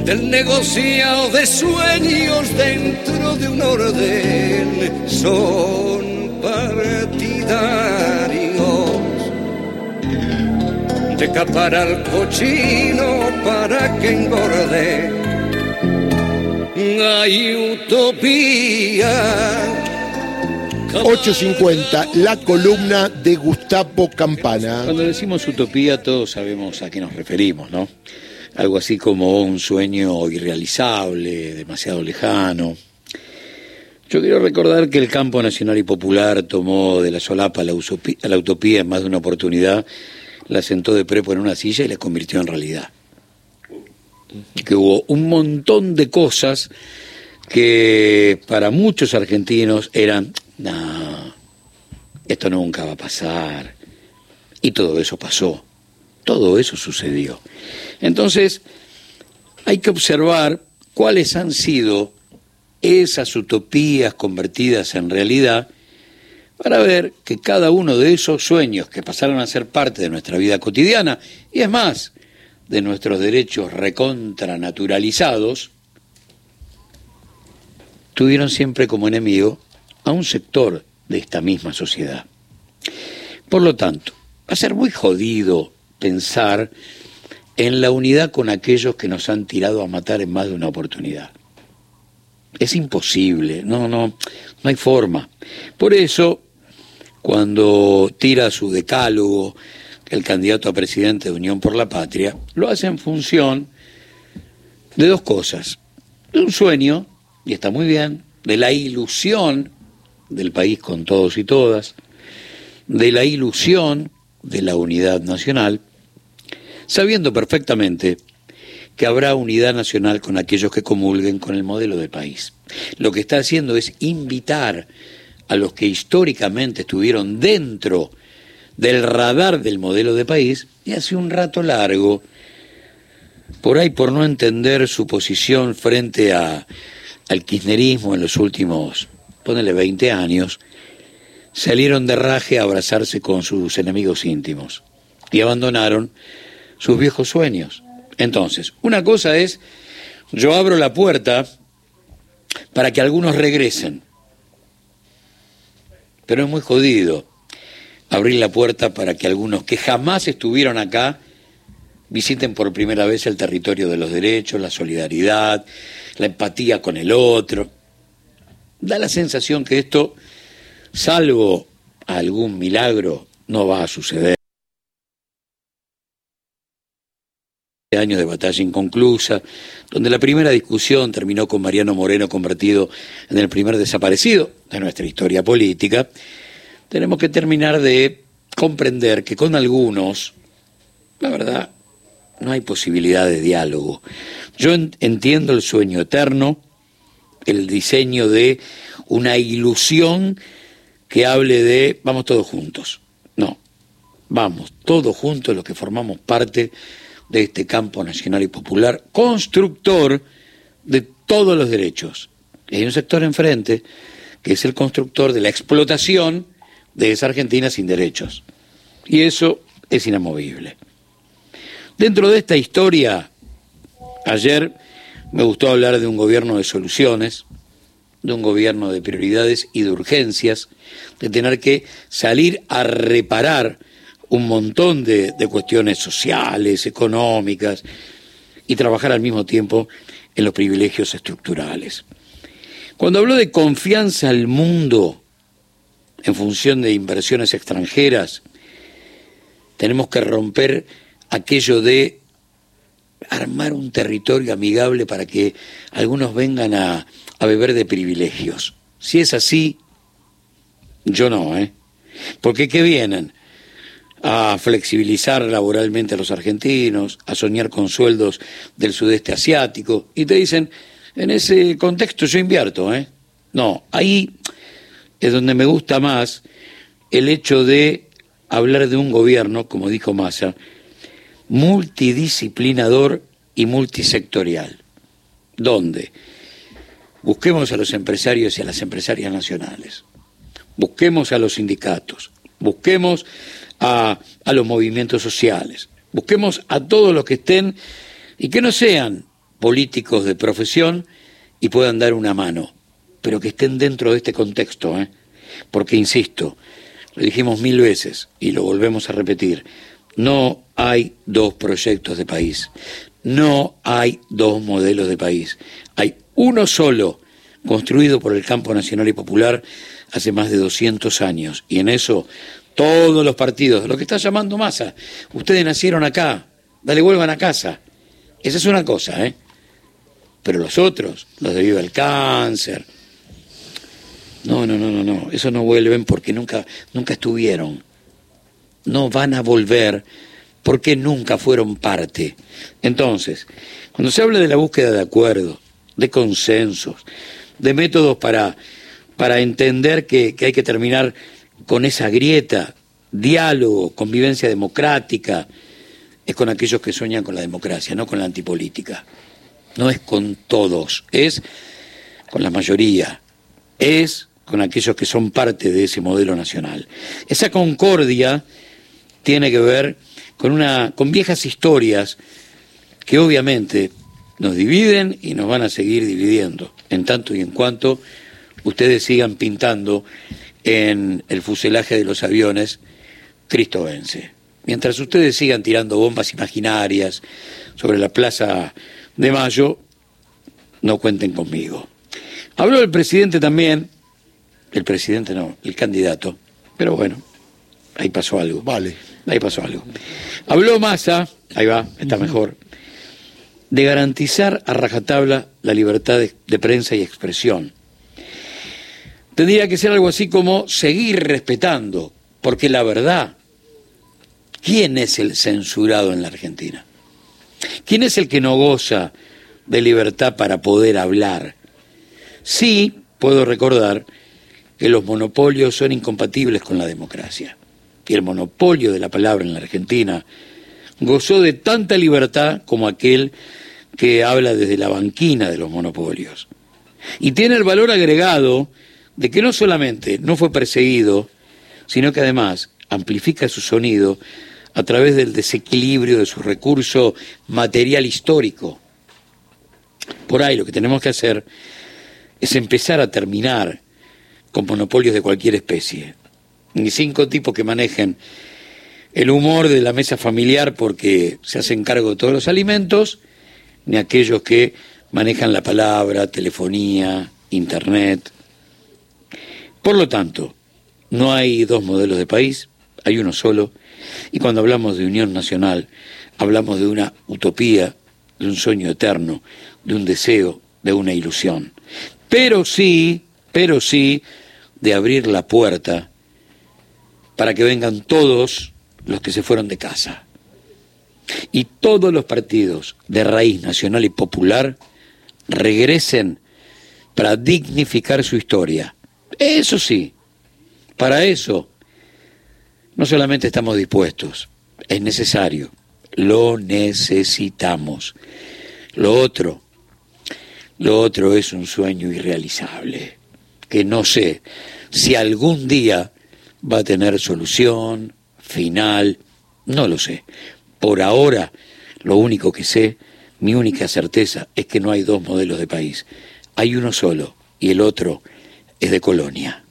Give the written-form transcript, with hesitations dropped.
del negociado de sueños dentro de un orden, son partidarios de capar al cochino para que engorde. Hay utopía. 8:50, la columna de Gustavo Campana. Cuando decimos utopía todos sabemos a qué nos referimos, ¿no? Algo así como un sueño irrealizable, demasiado lejano. Yo quiero recordar que el campo nacional y popular tomó de la solapa la utopía en más de una oportunidad, la sentó de prepo en una silla y la convirtió en realidad. Que hubo un montón de cosas que para muchos argentinos eran, no, esto nunca va a pasar. Y todo eso pasó, todo eso sucedió. Entonces, hay que observar cuáles han sido esas utopías convertidas en realidad para ver que cada uno de esos sueños que pasaron a ser parte de nuestra vida cotidiana, y es más, de nuestros derechos recontranaturalizados, tuvieron siempre como enemigo a un sector de esta misma sociedad. Por lo tanto, va a ser muy jodido pensar en la unidad con aquellos que nos han tirado a matar en más de una oportunidad. Es imposible, no hay forma. Por eso, cuando tira su decálogo el candidato a presidente de Unión por la Patria, lo hace en función de dos cosas: de un sueño, y está muy bien, de la ilusión del país con todos y todas, de la ilusión de la unidad nacional, sabiendo perfectamente que habrá unidad nacional con aquellos que comulguen con el modelo de país. Lo que está haciendo es invitar a los que históricamente estuvieron dentro del radar del modelo de país, y hace un rato largo, por ahí por no entender su posición frente al kirchnerismo en los últimos, ponele 20 años, salieron de raje a abrazarse con sus enemigos íntimos y abandonaron sus viejos sueños. Entonces, una cosa es, yo abro la puerta para que algunos regresen, pero es muy jodido abrir la puerta para que algunos que jamás estuvieron acá visiten por primera vez el territorio de los derechos, la solidaridad, la empatía con el otro. Da la sensación que esto, salvo algún milagro, no va a suceder. Años de batalla inconclusa, donde la primera discusión terminó con Mariano Moreno convertido en el primer desaparecido de nuestra historia política, tenemos que terminar de comprender que con algunos, la verdad, no hay posibilidad de diálogo. Yo entiendo el sueño eterno, el diseño de una ilusión que hable de vamos todos juntos. No, vamos todos juntos los que formamos parte de este campo nacional y popular, constructor de todos los derechos. Y hay un sector enfrente que es el constructor de la explotación de esa Argentina sin derechos. Y eso es inamovible. Dentro de esta historia, ayer me gustó hablar de un gobierno de soluciones, de un gobierno de prioridades y de urgencias, de tener que salir a reparar un montón de cuestiones sociales, económicas, y trabajar al mismo tiempo en los privilegios estructurales. Cuando habló de confianza al mundo en función de inversiones extranjeras, tenemos que romper aquello de armar un territorio amigable para que algunos vengan a beber de privilegios. Si es así, yo no, porque ¿qué vienen? A flexibilizar laboralmente a los argentinos, a soñar con sueldos del sudeste asiático, y te dicen, en ese contexto yo invierto, No, ahí es donde me gusta más el hecho de hablar de un gobierno, como dijo Massa, multidisciplinador y multisectorial, donde busquemos a los empresarios y a las empresarias nacionales, busquemos a los sindicatos, busquemos a los movimientos sociales, busquemos a todos los que estén y que no sean políticos de profesión y puedan dar una mano, pero que estén dentro de este contexto, porque insisto, lo dijimos 1000 veces y lo volvemos a repetir, no hay dos proyectos de país, no hay dos modelos de país, hay uno solo, construido por el campo nacional y popular hace más de 200 años, y en eso todos los partidos, lo que está llamando Massa, ustedes nacieron acá, dale, vuelvan a casa, esa es una cosa, pero los otros, los de Viva el Cáncer, no, eso no vuelven porque nunca estuvieron, no van a volver porque nunca fueron parte. Entonces, cuando se habla de la búsqueda de acuerdos, de consensos, de métodos para entender que hay que terminar con esa grieta, diálogo, convivencia democrática, es con aquellos que sueñan con la democracia, no con la antipolítica. No es con todos, es con la mayoría, es con aquellos que son parte de ese modelo nacional. Esa concordia tiene que ver con viejas historias que obviamente nos dividen y nos van a seguir dividiendo, en tanto y en cuanto ustedes sigan pintando en el fuselaje de los aviones Cristo vence. Mientras ustedes sigan tirando bombas imaginarias sobre la Plaza de Mayo, no cuenten conmigo. Habló el presidente también, el candidato, pero bueno, ahí pasó algo. Vale. Ahí pasó algo. Habló Massa, ahí va, está mejor, de garantizar a rajatabla la libertad de prensa y expresión. Tendría que ser algo así como seguir respetando, porque la verdad, ¿quién es el censurado en la Argentina? ¿Quién es el que no goza de libertad para poder hablar? Sí, puedo recordar que los monopolios son incompatibles con la democracia. Y el monopolio de la palabra en la Argentina gozó de tanta libertad como aquel que habla desde la banquina de los monopolios. Y tiene el valor agregado de que no solamente no fue perseguido, sino que además amplifica su sonido a través del desequilibrio de su recurso material histórico. Por ahí lo que tenemos que hacer es empezar a terminar con monopolios de cualquier especie. Ni 5 tipos que manejen el humor de la mesa familiar porque se hacen cargo de todos los alimentos, ni aquellos que manejan la palabra, telefonía, internet. Por lo tanto, no hay dos modelos de país, hay uno solo, y cuando hablamos de unión nacional, hablamos de una utopía, de un sueño eterno, de un deseo, de una ilusión. Pero sí, de abrir la puerta para que vengan todos los que se fueron de casa. Y todos los partidos de raíz nacional y popular regresen para dignificar su historia. Eso sí, para eso no solamente estamos dispuestos, es necesario, lo necesitamos. Lo otro es un sueño irrealizable, que no sé si algún día va a tener solución final, no lo sé. Por ahora, lo único que sé, mi única certeza, es que no hay dos modelos de país. Hay uno solo y el otro es de colonia.